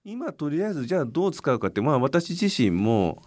今とりあえずじゃあどう使うかって、私自身も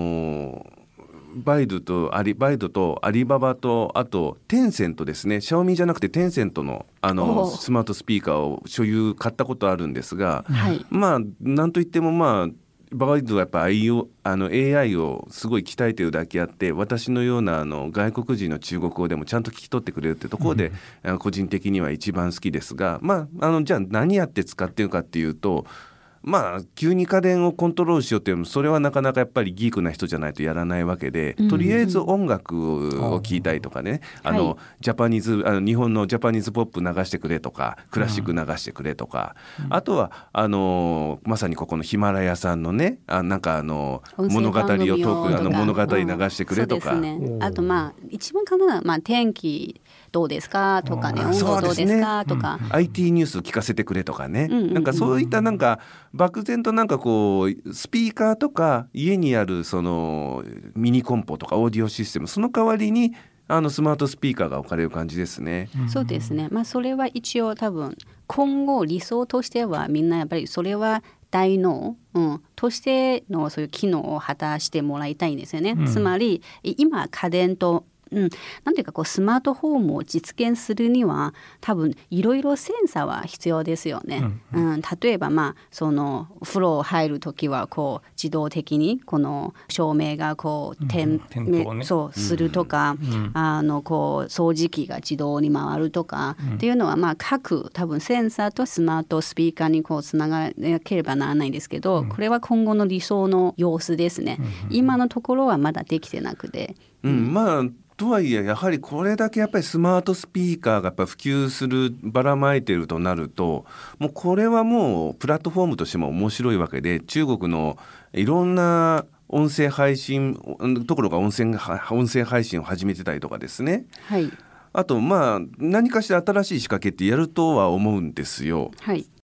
バイドとアリババとあとテンセントですね、シャオミじゃなくてテンセントのスマートスピーカーを買ったことあるんですが、 はい、 なんといってもバイドはやっぱ AI をすごい鍛えてるだけあって、私のような外国人の中国語でもちゃんと聞き取ってくれるってところで、個人的には一番好きですが、じゃあ何やって使ってるかっていうと、急に家電をコントロールしようっていうのもそれはなかなかやっぱりギークな人じゃないとやらないわけで、とりあえず音楽を聴いたりとかね、ジャパニーズ日本のジャパニーズポップ流してくれとか、クラシック流してくれとか、あとはまさにここのヒマラヤさんのね、物語をトーク物語流してくれとか、 そうですね、あと一番簡単な、天気どうですかとかね、音楽どうですかとか、 IT ニュース聞かせてくれとかね、なんかそういったなんか漠然となんかこうスピーカーとか家にあるそのミニコンポとかオーディオシステム、その代わりにスマートスピーカーが置かれる感じですね。 そうですね、それは一応多分今後理想としてはみんなやっぱりそれは大脳、としてのそういう機能を果たしてもらいたいんですよね、つまり今家電となんていうかこうスマートフォンを実現するには多分いろいろセンサーは必要ですよね、例えばその風呂入るときはこう自動的にこの照明がこう点灯ね、そうするとか、こう掃除機が自動に回るとか、っていうのは各多分センサーとスマートスピーカーにこうつながらなければならないんですけど、これは今後の理想の様子ですね、今のところはまだできてなくて、 とはいえやはりこれだけやっぱりスマートスピーカーがやっぱ普及するばらまいてるとなると、もうこれはもうプラットフォームとしても面白いわけで、中国のいろんな音声配信ところが音声配信を始めてたりとかですね、 はい、 あと何かしら新しい仕掛けってやるとは思うんですよ。 はい、